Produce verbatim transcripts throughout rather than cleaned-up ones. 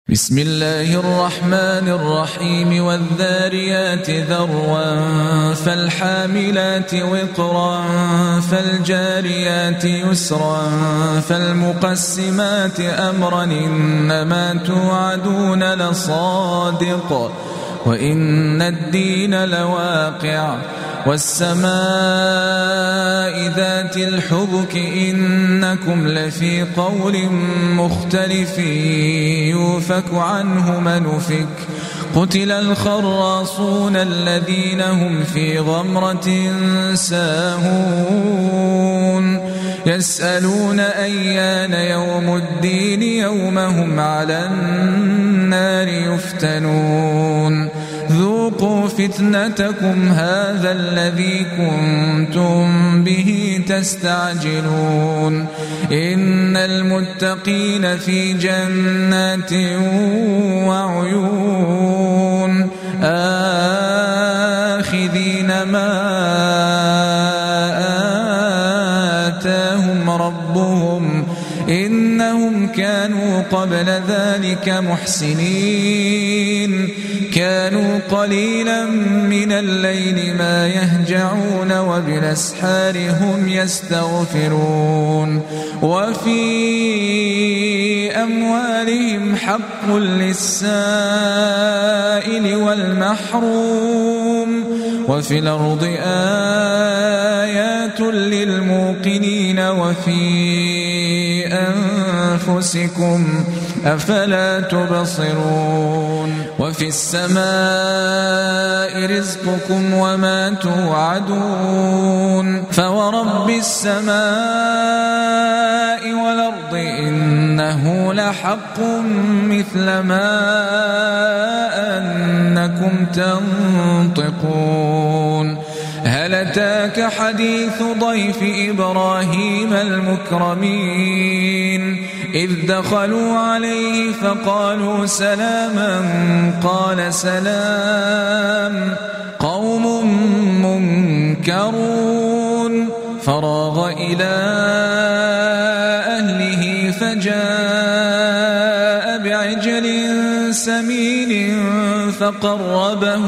بسم الله الرحمن الرحيم والذاريات ذروا فالحاملات وقرا فالجاريات يسرا فالمقسمات أمرا إنما توعدون لصادق وإن الدين لواقع والسماء ذات الحبك إنكم لفي قول مختلف يوفك عنه من أفك قتل الخراصون الذين هم في غمرة ساهون يسألون أيان يوم الدين يوم هم على النار يفتنون ذوقوا فتنتكم هذا الذي كنتم به تستعجلون إن المتقين في جنات وعيون آخذين ما آتاهم ربهم إنهم كانوا قبل ذلك محسنين كانوا قليلا من الليل ما يهجعون وبالأسحار هم يستغفرون وفي أموالهم حق للسائل والمحروم وفي الأرض آيات للموقنين وفي أنفسكم أفلا تبصرون وفي السماء رزقكم وما توعدون فورب السماء والأرض إنه لحق مثل ما أنكم تنطقون هل أتاك حديث ضيف إبراهيم المكرمين إذ دخلوا عليه فقالوا سلاما قال سلام قوم منكرون فراغ إلى أهله فجاء بعجل سمين فقربه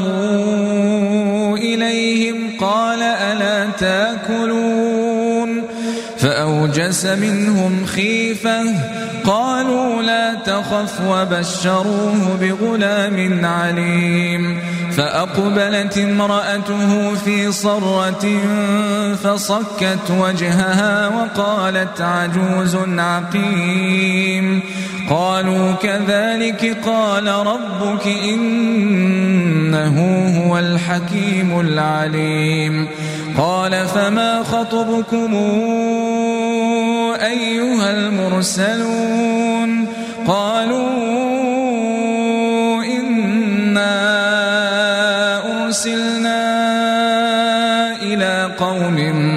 إليهم قال ألا تأكلون فأوجس منهم خيفة قالوا لا تخف وبشروه بغلام عليم فأقبلت امرأته في صرة فصكت وجهها وقالت عجوز عقيم قالوا كذلك قال ربك إنه هو الحكيم العليم قال فما خطبكم أيها المرسلون قالوا إنا أرسلنا إلى قوم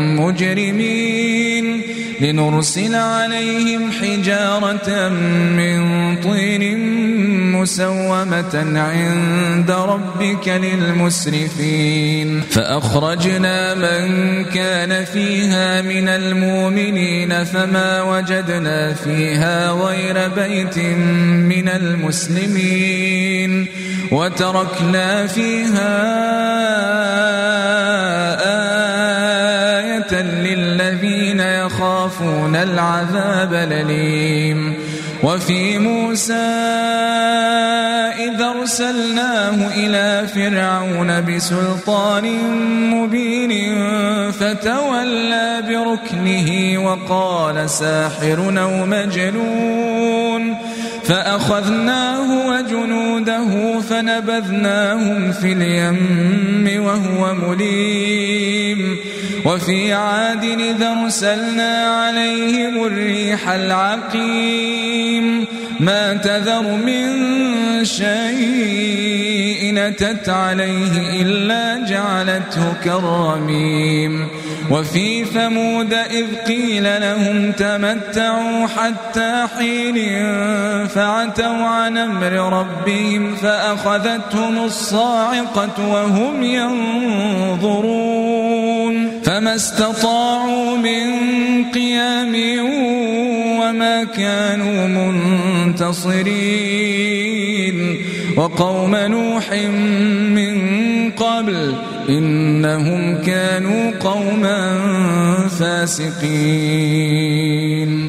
مجرمين لنرسل عليهم حجارة من طين مسومة عند ربك للمسرفين فأخرجنا من كان فيها من المؤمنين فما وجدنا فيها غير بيت من المسلمين وتركنا فيها آية للذين يخافون العذاب الأليم وفي موسى إذ أرسلناه إلى فرعون بسلطان مبين فتولى بركنه وقال ساحر أو مجنون فأخذناه وجنوده فنبذناهم في اليم وهو مليم وفي عاد إذ أرسلنا عليهم الريح العقيم ما تذر من شيء أتت عليه إلا جعلته كالرميم وفي ثمود إذ قيل لهم تمتعوا حتى حين فعتوا عن أمر ربهم فأخذتهم الصاعقة وهم ينظرون فما استطاعوا من قيام وما كانوا منتصرين وقوم نوح من قبل إنهم كانوا قوما فاسقين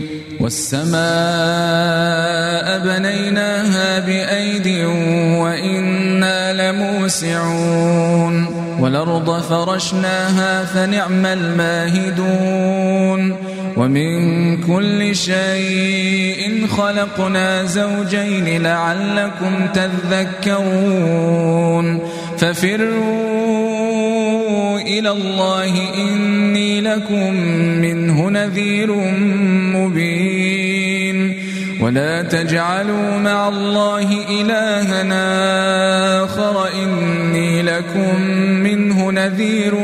والسماء بنيناها بأيد وإنا لموسعون والأرض فرشناها فنعم الماهدون ومن كل شيء خلقنا زوجين لعلكم تذكرون ففروا إلى الله إني لكم منه نذير مبين ولا تجعلوا مع الله إلهنا آخر إني لكم منه نذير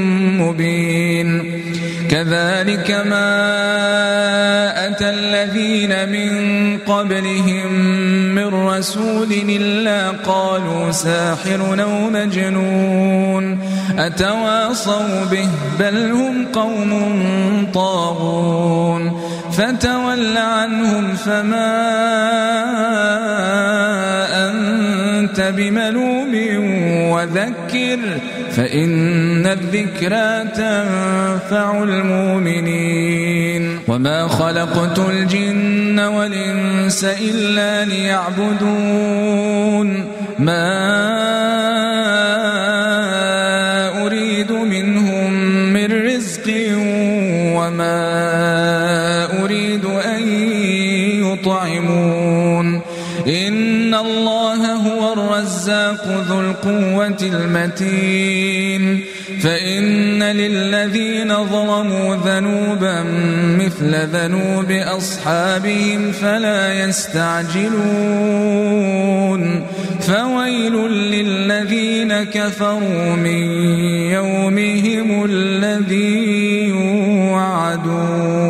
مبين كذلك ما أتى الذين من قبلهم من رسول إلا قالوا ساحر أو مجنون أتواصوا به بل هم قوم طاغون فتول عنهم فما أنت بملوم وذكر فإن الذكرى تنفع المؤمنين وما خلقت الجن والإنس إلا ليعبدون ما أريد منهم من رزق وما أريد أن يطعمون إن الله هو الرزاق ذو القوة المتين فإن للذين ظلموا ذنوبا مثل ذنوب أصحابهم فلا يستعجلون فويل للذين كفروا من يومهم الذي يوعدون.